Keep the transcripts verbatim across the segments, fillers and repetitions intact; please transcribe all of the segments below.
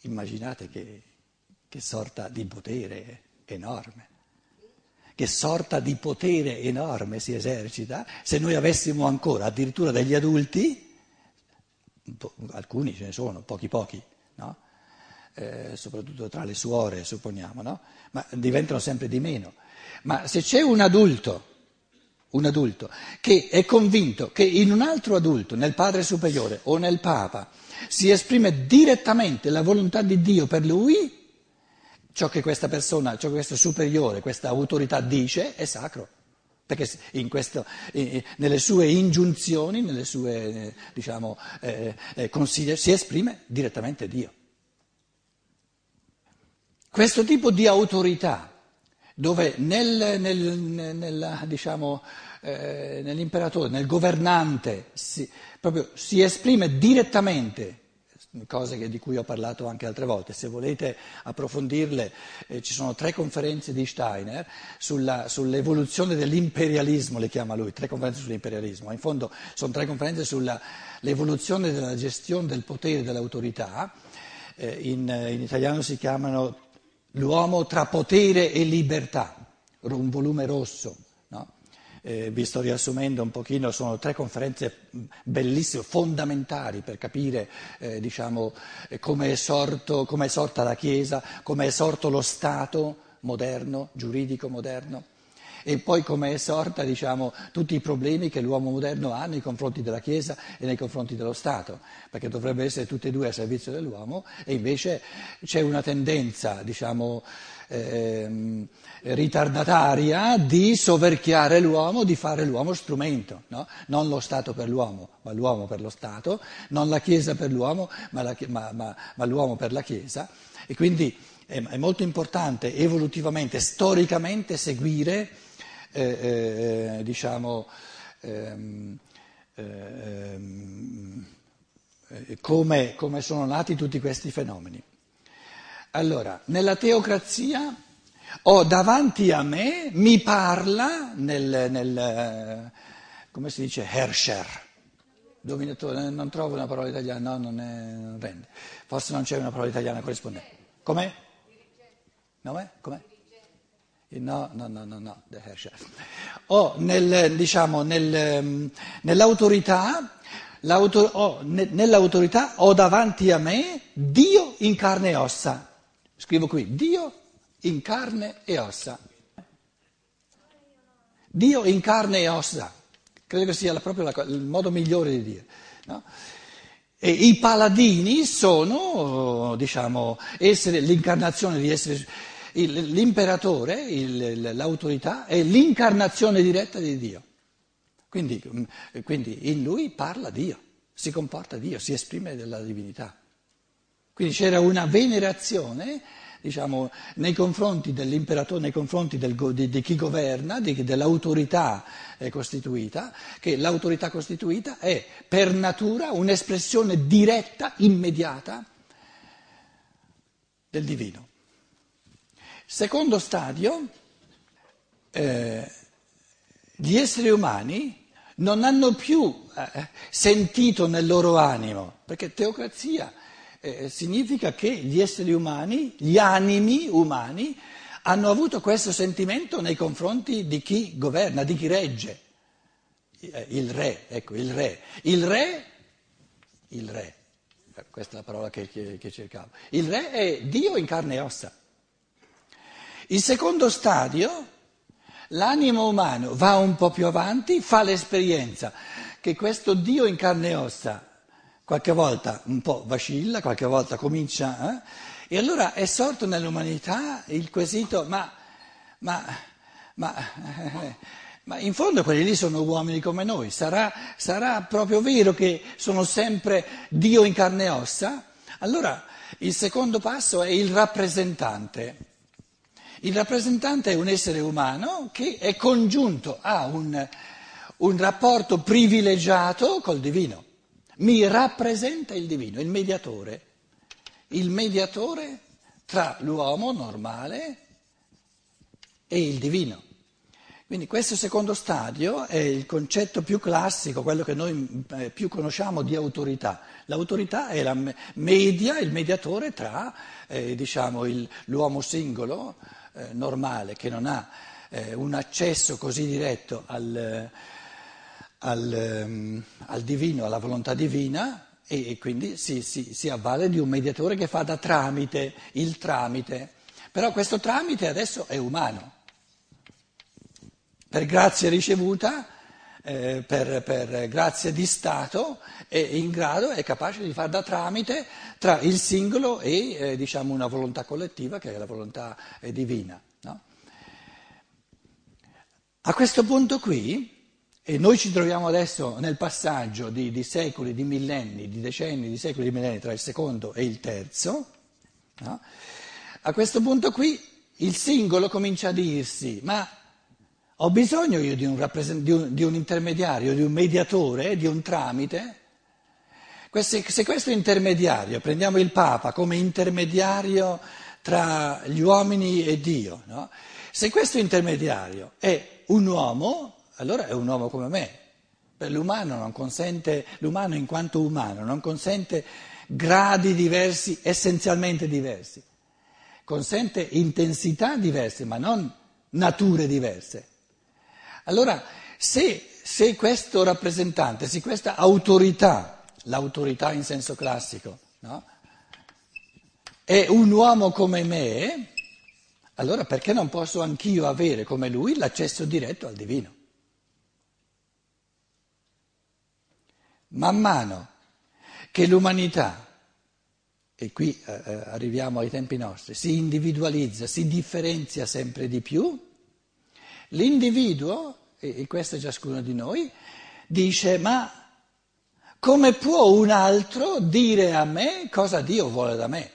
Immaginate che, che sorta di potere enorme, che sorta di potere enorme si esercita se noi avessimo ancora addirittura degli adulti, alcuni ce ne sono, pochi pochi, no? Eh, soprattutto tra le suore, supponiamo, no? Ma diventano sempre di meno. Ma se c'è un adulto, un adulto che è convinto che in un altro adulto, nel Padre Superiore o nel Papa, si esprime direttamente la volontà di Dio per lui, ciò che questa persona, ciò che questo superiore, questa autorità dice è sacro, perché in questo, eh, nelle sue ingiunzioni, nelle sue eh, diciamo, eh, eh, consigli, si esprime direttamente Dio. Questo tipo di autorità, dove nel, nel, nel, diciamo, eh, nell'imperatore, nel governante, si, proprio si esprime direttamente, cose che, di cui ho parlato anche altre volte, se volete approfondirle, eh, ci sono tre conferenze di Steiner sulla, sull'evoluzione dell'imperialismo, le chiama lui, tre conferenze sull'imperialismo, in fondo sono tre conferenze sull'evoluzione della gestione del potere e dell'autorità, eh, in, in italiano si chiamano L'uomo tra potere e libertà, un volume rosso, no? Eh, vi sto riassumendo un pochino, sono tre conferenze bellissime, fondamentali per capire eh, diciamo, come è sorto, come è sorta la Chiesa, come è sorto lo Stato moderno, giuridico moderno, e poi come è sorta diciamo, tutti i problemi che l'uomo moderno ha nei confronti della Chiesa e nei confronti dello Stato, perché dovrebbe essere tutte e due a servizio dell'uomo e invece c'è una tendenza diciamo, ehm, ritardataria di soverchiare l'uomo, di fare l'uomo strumento, no? Non lo Stato per l'uomo, ma l'uomo per lo Stato, non la Chiesa per l'uomo, ma, la, ma, ma, ma l'uomo per la Chiesa, e quindi è, è molto importante evolutivamente, storicamente seguire Eh, eh, diciamo ehm, ehm, eh, come, come sono nati tutti questi fenomeni. Allora, nella teocrazia ho davanti a me, mi parla nel, nel eh, come si dice, Herrscher, dominatore, non trovo una parola italiana, no, non, è, non rende, forse non c'è una parola italiana corrispondente. Com'è? No, com'è? No, no, no, no, no, the Herrscher. Ho nel, diciamo, nel, nell'autorità, ho, nell'autorità ho davanti a me Dio in carne e ossa. Scrivo qui, Dio in carne e ossa. Dio in carne e ossa. Credo che sia proprio la, il modo migliore di dire. No? E i paladini sono, diciamo, essere, l'incarnazione di essere... L'imperatore, il, l'autorità, è l'incarnazione diretta di Dio. Quindi, quindi in lui parla Dio, si comporta Dio, si esprime della divinità. Quindi c'era una venerazione, diciamo, nei confronti dell'imperatore, nei confronti del, di, di chi governa, di, dell'autorità costituita, che l'autorità costituita è per natura un'espressione diretta, immediata del divino. Secondo stadio, eh, gli esseri umani non hanno più eh, sentito nel loro animo, perché teocrazia eh, significa che gli esseri umani, gli animi umani, hanno avuto questo sentimento nei confronti di chi governa, di chi regge. Il re, ecco, il re. Il re, il re, questa è la parola che, che, che cercavo. Il re è Dio in carne e ossa. Il secondo stadio, l'animo umano va un po' più avanti, fa l'esperienza che questo Dio in carne e ossa qualche volta un po' vacilla, qualche volta comincia, eh? E allora è sorto nell'umanità il quesito, ma, ma, ma, eh, ma in fondo quelli lì sono uomini come noi, sarà, sarà proprio vero che sono sempre Dio in carne e ossa? Allora il secondo passo è il rappresentante. Il rappresentante è un essere umano che è congiunto a un, un rapporto privilegiato col divino. Mi rappresenta il divino, il mediatore, il mediatore tra l'uomo normale e il divino. Quindi questo secondo stadio è il concetto più classico, quello che noi eh, più conosciamo di autorità. L'autorità è la media, il mediatore tra eh, diciamo, il, l'uomo singolo, eh, normale, che non ha eh, un accesso così diretto al, al, um, al divino, alla volontà divina, e, e quindi si, si, si avvale di un mediatore che fa da tramite, il tramite. Però questo tramite adesso è umano. Per grazia ricevuta, eh, per, per grazia di Stato, è in grado, è capace di fare da tramite tra il singolo e eh, diciamo una volontà collettiva che è la volontà eh, divina. No? A questo punto qui, e noi ci troviamo adesso nel passaggio di, di secoli, di millenni, di decenni, di secoli, di millenni tra il secondo e il terzo, no? A questo punto qui il singolo comincia a dirsi, ma ho bisogno io di un, rappresent- di, un, di un intermediario, di un mediatore, di un tramite? Se, se questo intermediario, prendiamo il Papa come intermediario tra gli uomini e Dio, no? Se questo intermediario è un uomo, allora è un uomo come me. Per l'umano non consente, l'umano in quanto umano non consente gradi diversi, essenzialmente diversi. Consente intensità diverse, ma non nature diverse. Allora, se, se questo rappresentante, se questa autorità, l'autorità in senso classico, no? È un uomo come me, allora perché non posso anch'io avere come lui l'accesso diretto al divino? Man mano che l'umanità, e qui eh, arriviamo ai tempi nostri, si individualizza, si differenzia sempre di più, l'individuo, e questo è ciascuno di noi, dice: ma come può un altro dire a me cosa Dio vuole da me?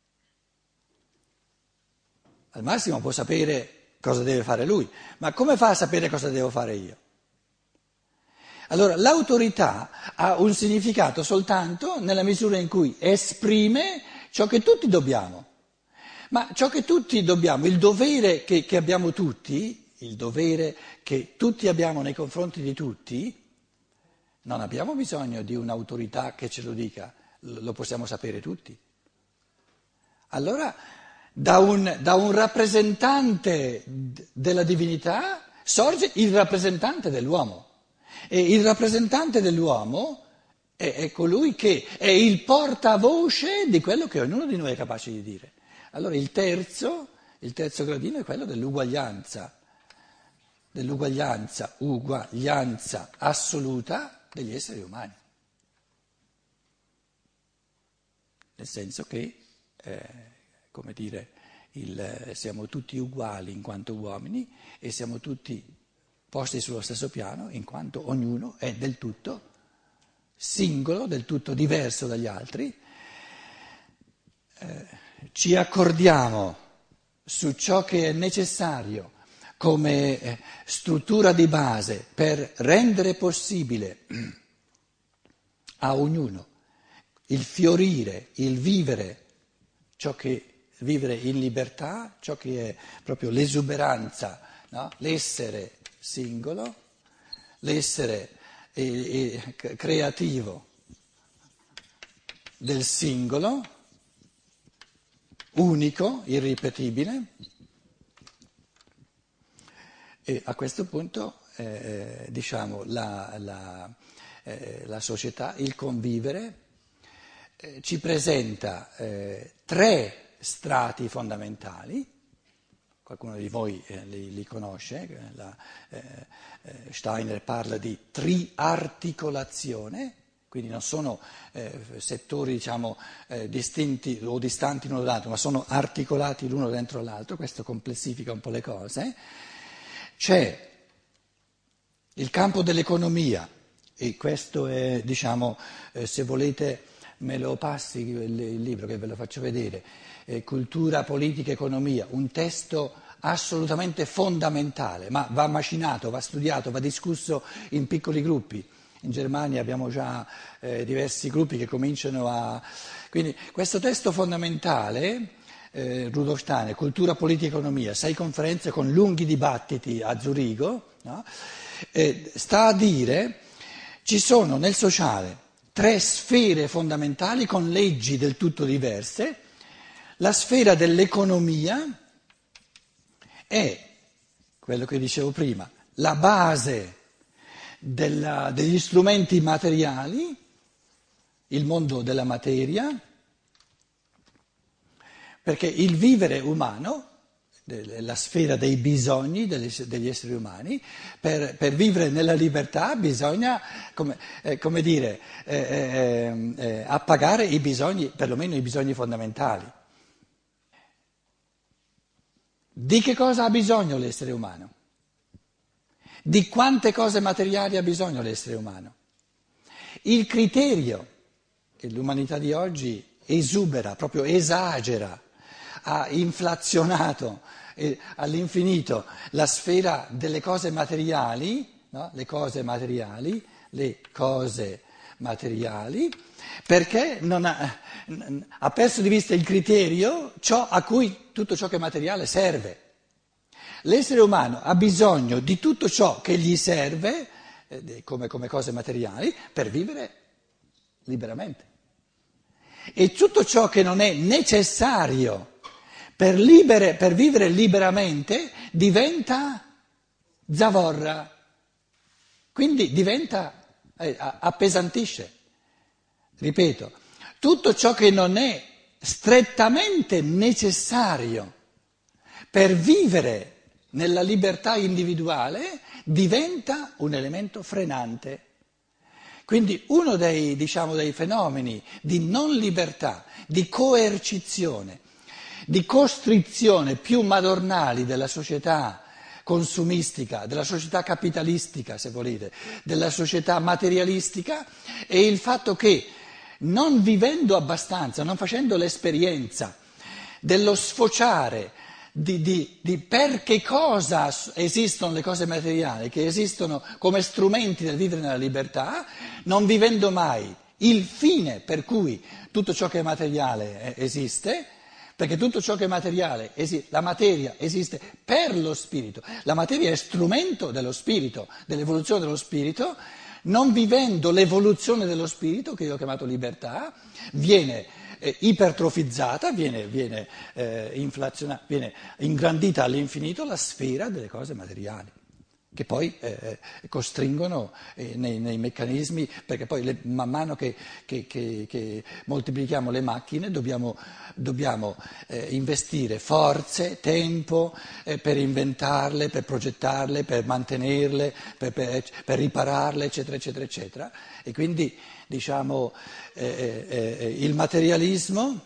Al massimo può sapere cosa deve fare lui, ma come fa a sapere cosa devo fare io? Allora, l'autorità ha un significato soltanto nella misura in cui esprime ciò che tutti dobbiamo. Ma ciò che tutti dobbiamo, il dovere che, che abbiamo tutti, il dovere che tutti abbiamo nei confronti di tutti, non abbiamo bisogno di un'autorità che ce lo dica, lo possiamo sapere tutti. Allora, da un, da un rappresentante della divinità sorge il rappresentante dell'uomo. E il rappresentante dell'uomo è, è colui che è il portavoce di quello che ognuno di noi è capace di dire. Allora il terzo, il terzo gradino è quello dell'uguaglianza, dell'uguaglianza, uguaglianza assoluta degli esseri umani. Nel senso che, eh, come dire, il, siamo tutti uguali in quanto uomini e siamo tutti posti sullo stesso piano in quanto ognuno è del tutto singolo, del tutto diverso dagli altri. Eh, ci accordiamo su ciò che è necessario come eh, struttura di base per rendere possibile a ognuno il fiorire, il vivere, ciò che vivere in libertà, ciò che è proprio l'esuberanza, no? L'essere singolo, l'essere eh, eh, creativo del singolo, unico, irripetibile, e a questo punto eh, diciamo la, la, eh, la società, il convivere, eh, ci presenta eh, tre strati fondamentali. Qualcuno di voi eh, li, li conosce, la, eh, eh, Steiner parla di triarticolazione, quindi non sono eh, settori diciamo, eh, distinti o distanti l'uno dall'altro, ma sono articolati l'uno dentro l'altro, questo complessifica un po' le cose. C'è il campo dell'economia, e questo è, diciamo, eh, se volete me lo passi il, il libro che ve lo faccio vedere, eh, Cultura, Politica, Economia, un testo assolutamente fondamentale, ma va macinato, va studiato, va discusso in piccoli gruppi. In Germania abbiamo già eh, diversi gruppi che cominciano a... Quindi questo testo fondamentale eh, Rudolf Steiner, Cultura, Politica, Economia, sei conferenze con lunghi dibattiti a Zurigo, no? eh, sta a dire ci sono nel sociale tre sfere fondamentali con leggi del tutto diverse. La sfera dell'economia è, quello che dicevo prima, la base della, degli strumenti materiali, il mondo della materia, perché il vivere umano, la sfera dei bisogni degli esseri umani, per, per vivere nella libertà bisogna, come, eh, come dire, eh, eh, eh, appagare i bisogni, perlomeno i bisogni fondamentali. Di che cosa ha bisogno l'essere umano? Di quante cose materiali ha bisogno l'essere umano? Il criterio che l'umanità di oggi esubera, proprio esagera, ha inflazionato eh, all'infinito la sfera delle cose materiali, no? Le cose materiali, le cose materiali, perché non ha, ha perso di vista il criterio, ciò a cui tutto ciò che è materiale serve. L'essere umano ha bisogno di tutto ciò che gli serve, eh, come, come cose materiali, per vivere liberamente. E tutto ciò che non è necessario per, libere, per vivere liberamente diventa zavorra, quindi diventa, eh, appesantisce. Ripeto, tutto ciò che non è strettamente necessario per vivere nella libertà individuale diventa un elemento frenante. Quindi uno dei, diciamo, dei fenomeni di non libertà, di coercizione, di costrizione più madornali della società consumistica, della società capitalistica, se volete, della società materialistica, è il fatto che non vivendo abbastanza, non facendo l'esperienza dello sfociare di, di, di per che cosa esistono le cose materiali, che esistono come strumenti del vivere nella libertà, non vivendo mai il fine per cui tutto ciò che è materiale esiste, perché tutto ciò che è materiale, esiste, la materia esiste per lo spirito, la materia è strumento dello spirito, dell'evoluzione dello spirito, non vivendo l'evoluzione dello spirito, che io ho chiamato libertà, viene eh, ipertrofizzata, viene, viene, eh, inflazionata, viene ingrandita all'infinito la sfera delle cose materiali, che poi eh, costringono eh, nei, nei meccanismi, perché poi le, man mano che, che, che, che moltiplichiamo le macchine dobbiamo, dobbiamo eh, investire forze, tempo eh, per inventarle, per progettarle, per mantenerle, per, per, per ripararle, eccetera, eccetera, eccetera. E quindi diciamo eh, eh, eh, il materialismo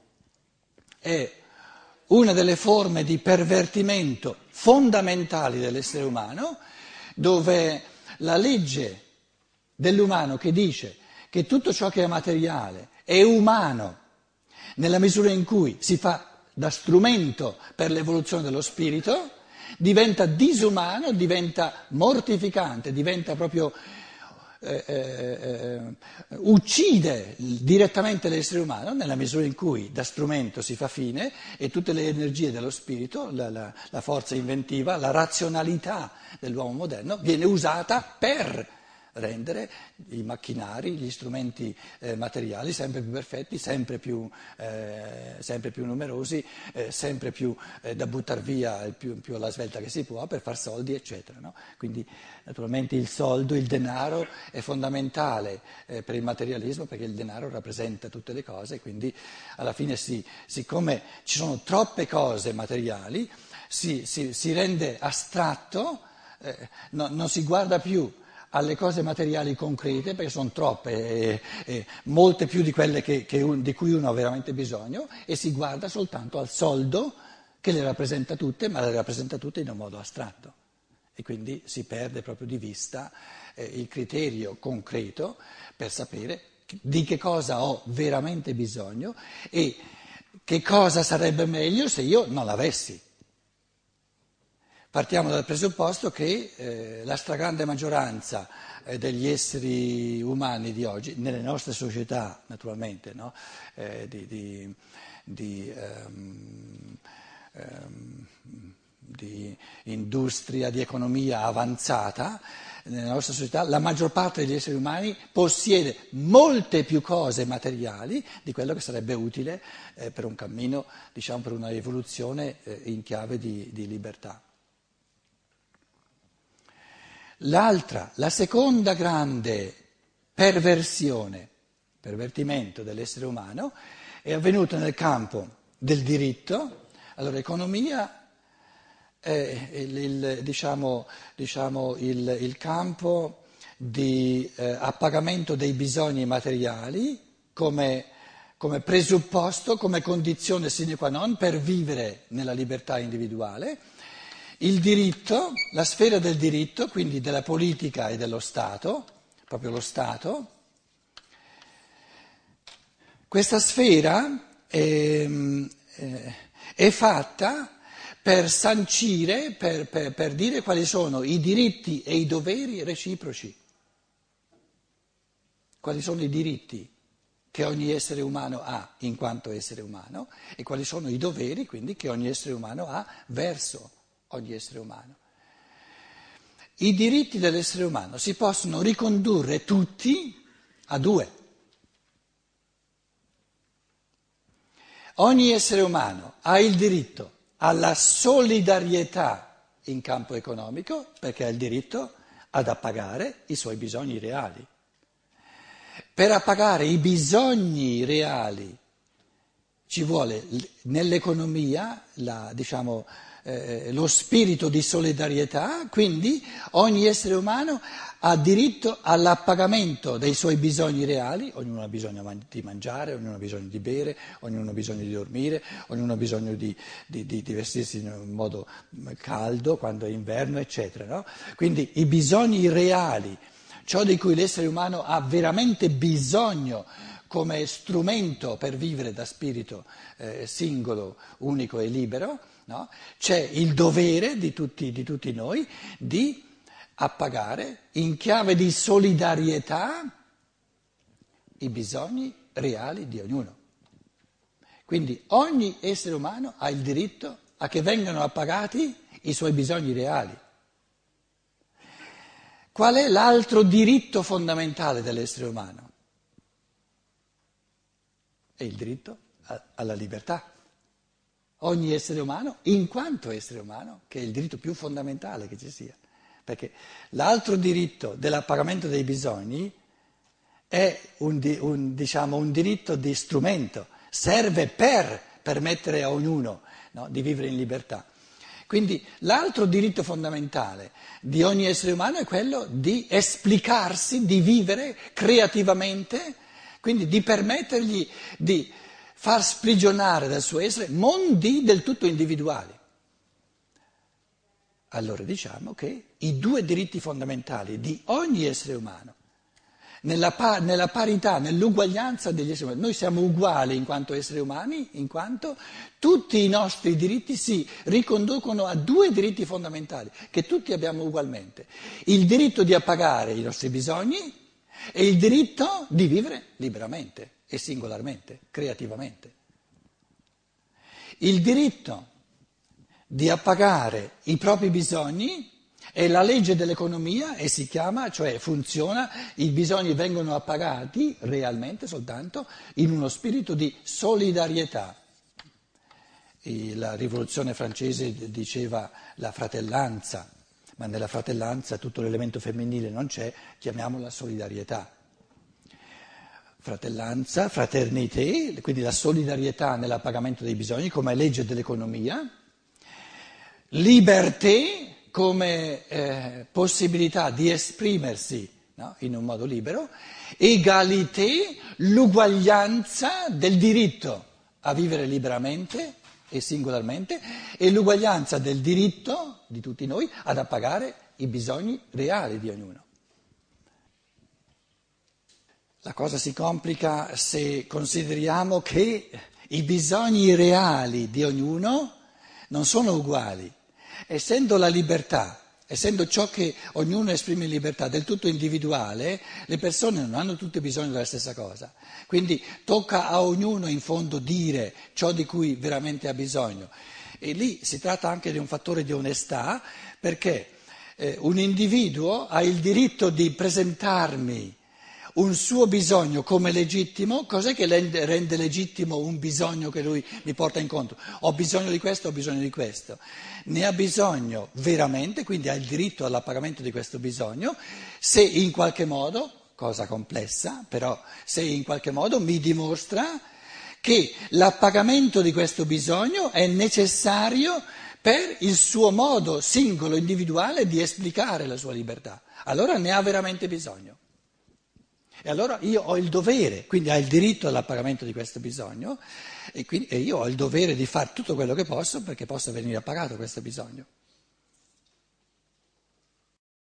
è una delle forme di pervertimento fondamentali dell'essere umano, dove la legge dell'umano che dice che tutto ciò che è materiale è umano nella misura in cui si fa da strumento per l'evoluzione dello spirito, diventa disumano, diventa mortificante, diventa proprio Eh, eh, eh, uccide direttamente l'essere umano nella misura in cui da strumento si fa fine e tutte le energie dello spirito, la, la, la forza inventiva, la razionalità dell'uomo moderno viene usata per rendere i macchinari, gli strumenti eh, materiali sempre più perfetti, sempre più, eh, sempre più numerosi, eh, sempre più eh, da buttare via il più, più alla svelta che si può per far soldi, eccetera. No? Quindi naturalmente il soldo, il denaro è fondamentale eh, per il materialismo, perché il denaro rappresenta tutte le cose, quindi alla fine si, siccome ci sono troppe cose materiali, si, si, si rende astratto, eh, no, non si guarda più alle cose materiali concrete, perché sono troppe, e, e molte più di quelle che, che un, di cui uno ha veramente bisogno, e si guarda soltanto al soldo che le rappresenta tutte, ma le rappresenta tutte in un modo astratto. E quindi si perde proprio di vista eh, il criterio concreto per sapere di che cosa ho veramente bisogno e che cosa sarebbe meglio se io non l'avessi. partiamo dal presupposto che eh, la stragrande maggioranza eh, degli esseri umani di oggi, nelle nostre società naturalmente, no? eh, di, di, di, ehm, ehm, di industria, di economia avanzata, nella nostra società la maggior parte degli esseri umani possiede molte più cose materiali di quello che sarebbe utile eh, per un cammino, diciamo per una evoluzione eh, in chiave di, di libertà. L'altra, la seconda grande perversione, pervertimento dell'essere umano è avvenuta nel campo del diritto. Allora, economia è il, il, diciamo, diciamo il, il campo di eh, appagamento dei bisogni materiali come, come presupposto, come condizione sine qua non per vivere nella libertà individuale. Il diritto, la sfera del diritto, quindi della politica e dello Stato, proprio lo Stato, questa sfera è, è fatta per sancire, per, per, per dire quali sono i diritti e i doveri reciproci. Quali sono i diritti che ogni essere umano ha in quanto essere umano e quali sono i doveri, quindi, che ogni essere umano ha verso ogni essere umano. I diritti dell'essere umano si possono ricondurre tutti a due. Ogni essere umano ha il diritto alla solidarietà in campo economico, perché ha il diritto ad appagare i suoi bisogni reali. Per appagare i bisogni reali ci vuole nell'economia la, diciamo, eh, lo spirito di solidarietà, quindi ogni essere umano ha diritto all'appagamento dei suoi bisogni reali, ognuno ha bisogno di mangiare, ognuno ha bisogno di bere, ognuno ha bisogno di dormire, ognuno ha bisogno di, di, di, di vestirsi in un modo caldo quando è inverno, eccetera. No? Quindi i bisogni reali, ciò di cui l'essere umano ha veramente bisogno come strumento per vivere da spirito eh, singolo, unico e libero, no? C'è il dovere di tutti, di tutti noi di appagare in chiave di solidarietà i bisogni reali di ognuno. Quindi ogni essere umano ha il diritto a che vengano appagati i suoi bisogni reali. Qual è l'altro diritto fondamentale dell'essere umano? È il diritto alla libertà. Ogni essere umano, in quanto essere umano, che è il diritto più fondamentale che ci sia. Perché l'altro diritto dell'appagamento dei bisogni è un, un, diciamo, un diritto di strumento, serve per permettere a ognuno, no, di vivere in libertà. Quindi l'altro diritto fondamentale di ogni essere umano è quello di esplicarsi, di vivere creativamente, quindi di permettergli di far sprigionare dal suo essere mondi del tutto individuali. Allora diciamo che i due diritti fondamentali di ogni essere umano, nella, pa- nella parità, nell'uguaglianza degli esseri umani, noi siamo uguali in quanto esseri umani, in quanto tutti i nostri diritti si riconducono a due diritti fondamentali, che tutti abbiamo ugualmente. Il diritto di appagare i nostri bisogni e il diritto di vivere liberamente e singolarmente, creativamente. Il diritto di appagare i propri bisogni è la legge dell'economia e si chiama, cioè funziona, i bisogni vengono appagati realmente soltanto in uno spirito di solidarietà. E la rivoluzione francese diceva la fratellanza, ma nella fratellanza tutto l'elemento femminile non c'è, chiamiamola solidarietà. Fratellanza, fraternité, quindi la solidarietà nell'appagamento dei bisogni come legge dell'economia, liberté come eh, possibilità di esprimersi, no, in un modo libero, egalité, l'uguaglianza del diritto a vivere liberamente e singolarmente e l'uguaglianza del diritto di tutti noi ad appagare i bisogni reali di ognuno. La cosa si complica se consideriamo che i bisogni reali di ognuno non sono uguali, essendo la libertà, essendo ciò che ognuno esprime in libertà del tutto individuale, le persone non hanno tutte bisogno della stessa cosa. Quindi tocca a ognuno in fondo dire ciò di cui veramente ha bisogno. E lì si tratta anche di un fattore di onestà, perché eh, un individuo ha il diritto di presentarmi un suo bisogno come legittimo. Cos'è che rende, rende legittimo un bisogno che lui mi porta incontro? Ho bisogno di questo, ho bisogno di questo. Ne ha bisogno veramente, quindi ha il diritto all'appagamento di questo bisogno, se in qualche modo, cosa complessa, però se in qualche modo mi dimostra che l'appagamento di questo bisogno è necessario per il suo modo singolo, individuale di esplicare la sua libertà. Allora ne ha veramente bisogno. E allora io ho il dovere, quindi ha il diritto all'appagamento di questo bisogno, e, quindi, e io ho il dovere di fare tutto quello che posso perché possa venire appagato questo bisogno.